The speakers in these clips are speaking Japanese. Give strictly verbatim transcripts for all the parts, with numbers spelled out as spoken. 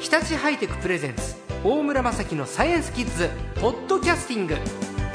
日立ハイテクプレゼンツ大村雅樹のサイエンスキッズポッドキャスティング。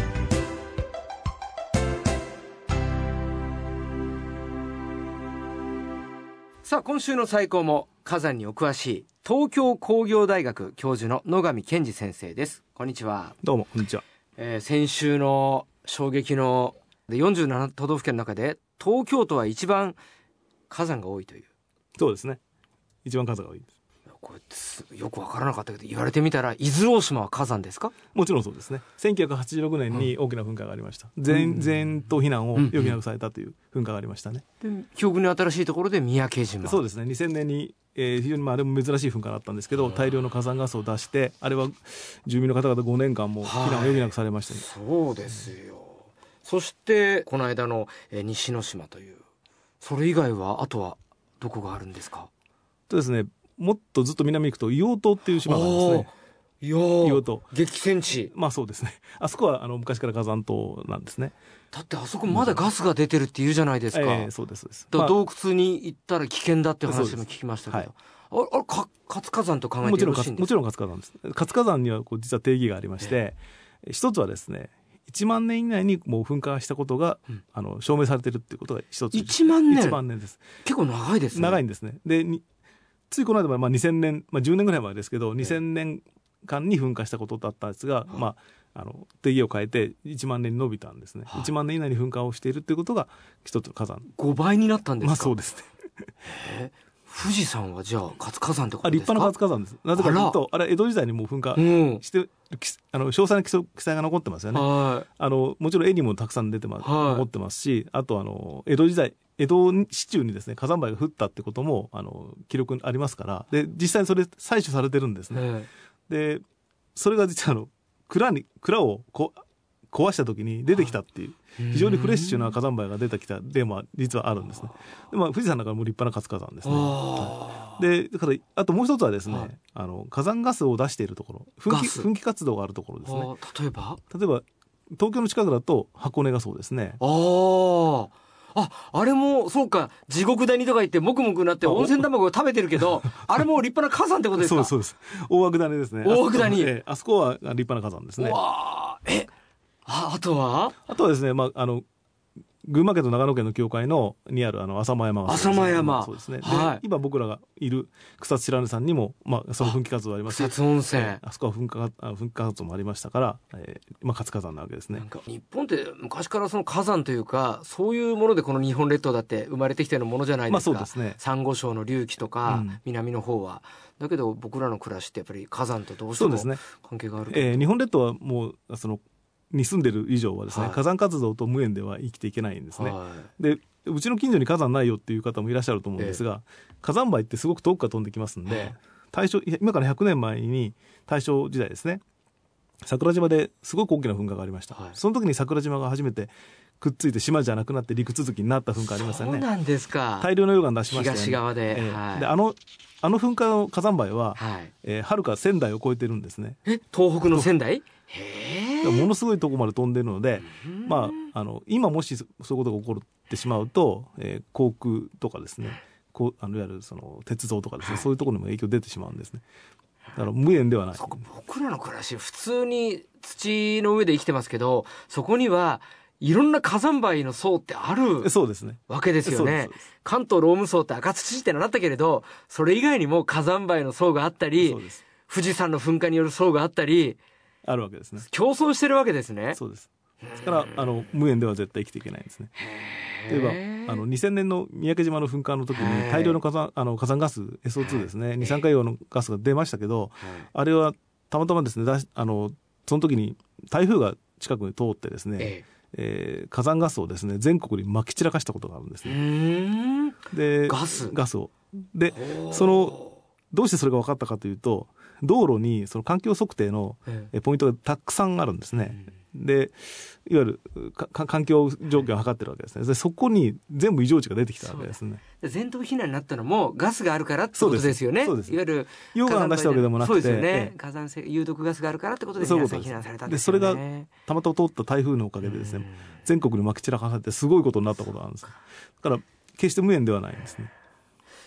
さあ、今週の最高も火山にお詳しい東京工業大学教授の野上健二先生です。こんにちは。 どうもこんにちは。 えー、先週の衝撃のよんじゅうなな都道府県の中で東京都は一番火山が多いという。 そうですね、一番火山が多いです。 これよく分からなかったけど、言われてみたら伊豆大島は火山ですか？ もちろんそうですね。せんきゅうひゃくはちじゅうろくねんに大きな噴火がありました。全、うん、全島避難を余儀なくされたという噴火がありましたね。 で記憶に新しいところで三宅島。 そうですね、にせんねんに、えー、非常にまああれも珍しい噴火だったんですけど、大量の火山ガスを出して、あれは住民の方々ごねんかんも避難を余儀なくされましたね。 そうですよ、うん、そしてこの間の、えー、西之島という、それ以外はあとはどこがあるんですか？ とですね、もっとずっと南に行くと硫黄島っていう島がありますね。 硫黄島激戦地。 まあそうですね、あそこはあの昔から火山島なんですね。 だってあそこまだガスが出てるって言うじゃないですか。 えー、そうですそうです。 だから洞窟に行ったら危険だって話も聞きましたけど、はい、あれか活火山と考えてよろしいんですか？ もちろん活火山です。活火山にはこう実は定義がありまして、えー、一つはですね、いちまんねん以内にもう噴火したことが、うん、あの証明されているっていうことが一つ。 いちまんねん。 いちまんねんです。 結構長いですね。 長いんですね。でについこの間まあにせんねん、まあ、じゅうねんぐらい前ですけど、にせんねんかんに噴火したことだったんですが、えー、まあ、あの定義を変えていちまんねんに伸びたんですね、はい、いちまんねん以内に噴火をしているということが一つの火山。 ごばいになったんですか？ まあそうですね。 えー、富士山はじゃあ活火山ってことですか？ 立派な活火山です。なぜかというと、あれ江戸時代にもう噴火して、うん、あの詳細な記載が残ってますよね。はい、あのもちろん絵にもたくさん出てます、はい、残ってますし、あとあの江戸時代江戸市中にですね火山灰が降ったってこともあの記録ありますから、で実際にそれ採取されてるんですね。はい、でそれが実はあの蔵に蔵をこ壊した時に出てきたっていう、はい、非常にフレッシュな火山灰が出てきた例も実はあるんですね。で、まあ、富士山の中も立派な活火山ですね。はい、でだからあともう一つはですね、はい、あの火山ガスを出しているところ、噴気、噴気活動があるところですね。 例えば例えば東京の近くだと箱根がそうですね。 あああ、あれもそうか、地獄谷とか言ってもくもくなって温泉卵を食べてるけど、あれも立派な火山ってことですか？ そうですそうです。大涌谷ですね。 大涌谷、 えあそこは立派な火山ですね。 わえ あ, あとはあとはですね、まああの群馬県と長野県の境界のにあるあの浅間山がそうですね。浅間山、そうですね。はい、で今僕らがいる草津白根山にも、まあ、その噴気活動がありますし、 草津温泉、 えー、あそこは噴火噴火活動もありましたから、えーまあ、活火山なわけですね。 なんか日本って昔からその火山というかそういうものでこの日本列島だって生まれてきてるものじゃないですか。 まあそうですね。 サンゴ礁の隆起とか、うん、南の方はだけど僕らの暮らしってやっぱり火山とどうしても関係がある、 ねえー、日本列島はもうそのに住んでる以上はですね、はい、火山活動と無縁では生きていけないんですね。はい、でうちの近所に火山ないよっていう方もいらっしゃると思うんですが、えー、火山灰ってすごく遠くから飛んできますんで、大正今からひゃくねんまえに大正時代ですね、桜島ですごく大きな噴火がありました。はい、その時に桜島が初めてくっついて島じゃなくなって陸続きになった噴火ありますよね。 そうなんですか。 大量の溶岩出しましたよね。 東側で、 えーはい、 であのあの噴火の火山灰は、はいえー、はるか仙台を超えてるんですね。 え東北の仙台？へーものすごいところまで飛んでるので、まあ、あの今もしそういうことが起こってしまうと、えー、航空とかですね、こうあのいわゆるその鉄道とかですね、はい、そういうところにも影響出てしまうんですね。だから無縁ではない。 僕らの暮らし普通に土の上で生きてますけど、そこにはいろんな火山灰の層ってあるそうですねわけですよね。関東ローム層って赤土ってのあったけれど、それ以外にも火山灰の層があったり、富士山の噴火による層があったりあるわけですね。 競争してるわけですね。 そうです。ですからあの無縁では絶対生きていけないんですね。例えばあのにせんねんの三宅島の噴火の時に大量の火山、あの火山ガス エスオーツー ですね、二酸化硫黄のガスが出ましたけど、あれはたまたまですね、だあのその時に台風が近くに通ってですね、ええー、火山ガスをですね全国にまき散らかしたことがあるんですね。うーんでガスガスをでそのどうしてそれが分かったかというと、道路にその環境測定のポイントがたくさんあるんですね。でいわゆるか環境状況を測ってるわけですね。でそこに全部異常値が出てきたわけですね。 全島避難になったのもガスがあるからってことですよね。 そうです。 いわゆる溶岩を出したわけでもなくて、 そうですよね、火山性有毒ガスがあるからってことで皆さん避難されたんですよね。 でそれがたまたま通った台風のおかげでですね、全国にまき散らかされてすごいことになったことがあるんです。だから決して無縁ではないんですね。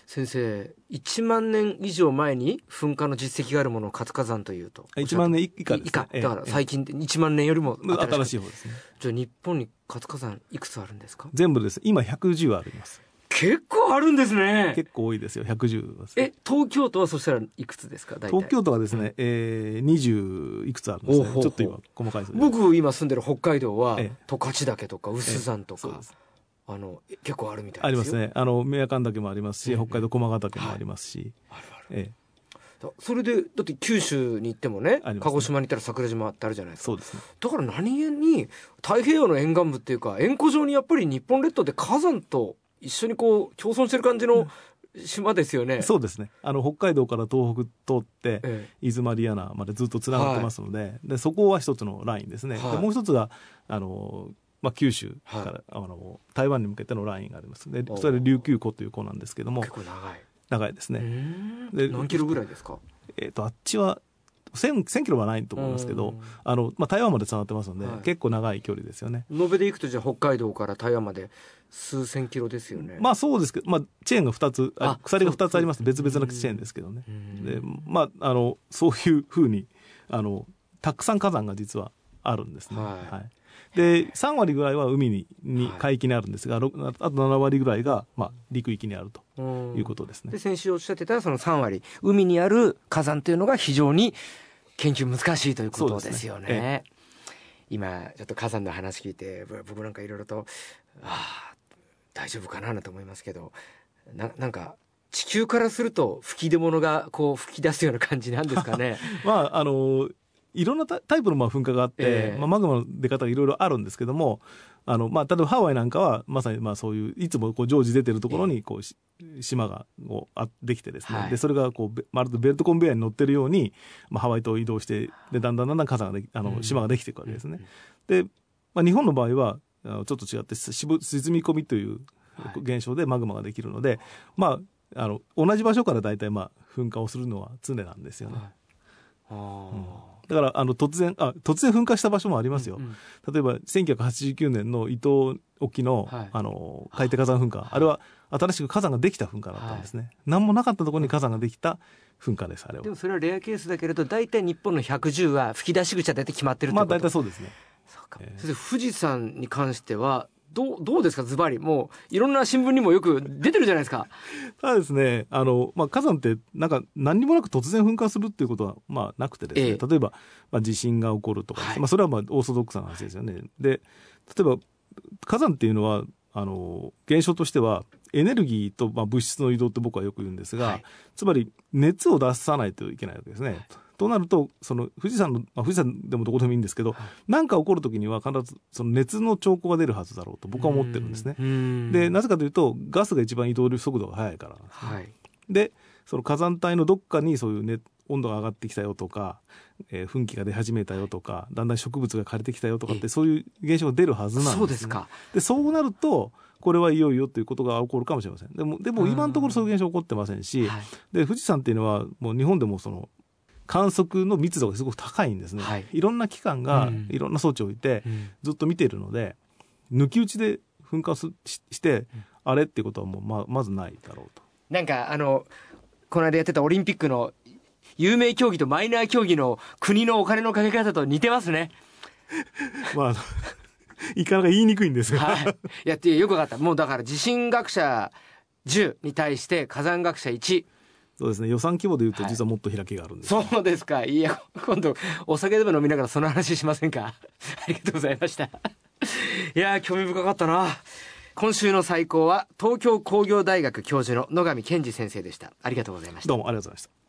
先生いちまんねん以上前に噴火の実績があるものを活火山というといちまんねん以下です、ね、 以下だから最近いちまんねんよりも新しい方ですね。 じゃあ日本に活火山いくつあるんですか？ 全部です今ひゃくじゅうあります。 結構あるんですね。 結構多いですよひゃくじゅうは。 え東京都はそしたらいくつですか？大体東京都はですね、うん、えー、にじゅういくつあるんですね。ほうほうほう、ちょっと今細かい数です。 僕今住んでる北海道は十勝岳とか有珠山とか、ええあの結構あるみたいですよ。 ありますね。あの宮関岳もありますし、北海道駒ヶ岳もありますし、 はい、あるある、 ええ、それでだって九州に行っても ね, ね鹿児島に行ったら桜島ってあるじゃないですか。 そうですね。 だから何気に太平洋の沿岸部っていうか円弧状にやっぱり日本列島で火山と一緒にこう共存してる感じの島ですよね、うん、 そうですね。あの北海道から東北通って、ええ、伊豆マリアナまでずっとつながってますので、はい、でそこは一つのラインですね、はい、でもう一つがあのまあ、九州から、はい、あの台湾に向けてのラインがあります。でそれは琉球湖という湖なんですけども結構長い長いですね。 で何キロぐらいですか？ えー、とあっちはせんキロはないと思いますけどあの、まあ、台湾までつながってますので、はい、結構長い距離ですよね。 延べで行くとじゃあ北海道から台湾まで数千キロですよね。 まあそうですけど、まあ、チェーンがふたつあ鎖がふたつあります。別々のチェーンですけどね。で、まあ、あのそういうふうにあのたくさん火山が実はあるんですね、はいはい。でさんわりぐらいは海にに海域にあるんですが、はい、あとななわりぐらいが、まあ、陸域にあるということですね。 で先週おっしゃってたそのさんわり海にある火山というのが非常に研究難しいということですよね。ですね、ええ、今ちょっと火山の話聞いて僕なんかいろいろとあ大丈夫かなと思いますけど な, なんか地球からすると吹き出物がこう吹き出すような感じなんですかね。 まああのいろんなタイプのまあ噴火があって、えーまあ、マグマの出方がいろいろあるんですけどもあの、まあ、例えばハワイなんかはまさにまあそういういつもこう常時出てるところにこう、えー、島がこうあできてですね、はい、でそれがこうまるでベルトコンベヤーに乗ってるように、まあ、ハワイ島を移動してでだんだんだんだん火山がであの島ができていくわけですね、うん、で、まあ、日本の場合はちょっと違って沈み込みという現象でマグマができるので、はい、まあ、あの同じ場所から大体まあ噴火をするのは常なんですよね、はい、あうんだからあの突然あ突然噴火した場所もありますよ、うんうん、例えばせんきゅうひゃくはちじゅうきゅうねんの伊東沖の、はい、あの海底火山噴火、はい、あれは新しく火山ができた噴火だったんですね、はい、何もなかったところに火山ができた噴火です。あれはでもそれはレアケースだけれど大体日本のひゃくじゅうは吹き出し口は大体決まってるってこと。 まあ大体そうですね。 そうか、えー、先生富士山に関してはどう、どうですかズバリ。もういろんな新聞にもよく出てるじゃないですか。 ただですねあの、まあ、火山ってなんか何にもなく突然噴火するっていうことはまあなくてですね、ええ、例えば、まあ、地震が起こるとかですね、はいまあ、それはまあオーソドックスな話ですよね。で例えば火山っていうのはあの現象としてはエネルギーとまあ物質の移動って僕はよく言うんですが、はい、つまり熱を出さないといけないわけですね、はいとなるとその富士山の、まあ、富士山でもどこでもいいんですけど何、はい、か起こるときには必ずその熱の兆候が出るはずだろうと僕は思ってるんですね。でなぜかというとガスが一番移動速度が速いからなんですね、はい、でその火山帯のどっかにそういう、ね、温度が上がってきたよとか、えー、噴気が出始めたよとかだんだん植物が枯れてきたよとかってそういう現象が出るはずなんですね。 そうですか。 でそうなるとこれはいよいよということが起こるかもしれません。でも、でも今のところそういう現象起こってませんし、はい、で富士山っていうのはもう日本でもその観測の密度がすごく高いんですね、はい、いろんな機関がいろんな装置を置いてずっと見ているので、うん、抜き打ちで噴火 し, して、うん、あれっていうことはもう ま, まずないだろうと。 なんかあのこの間やってたオリンピックの有名競技とマイナー競技の国のお金のかけ方と似てますね。 まあいかなか言いにくいんですが、 はい、やってよく分かった。もうだから地震学者じゅうに対して火山学者いち。 そうですね、予算規模でいうと実はもっと開きがあるんです、 はい、そうですか。いや今度お酒でも飲みながらその話しませんか。ありがとうございました。いや興味深かったな。今週の最高は東京工業大学教授の野上健二先生でした。ありがとうございました。 どうもありがとうございました。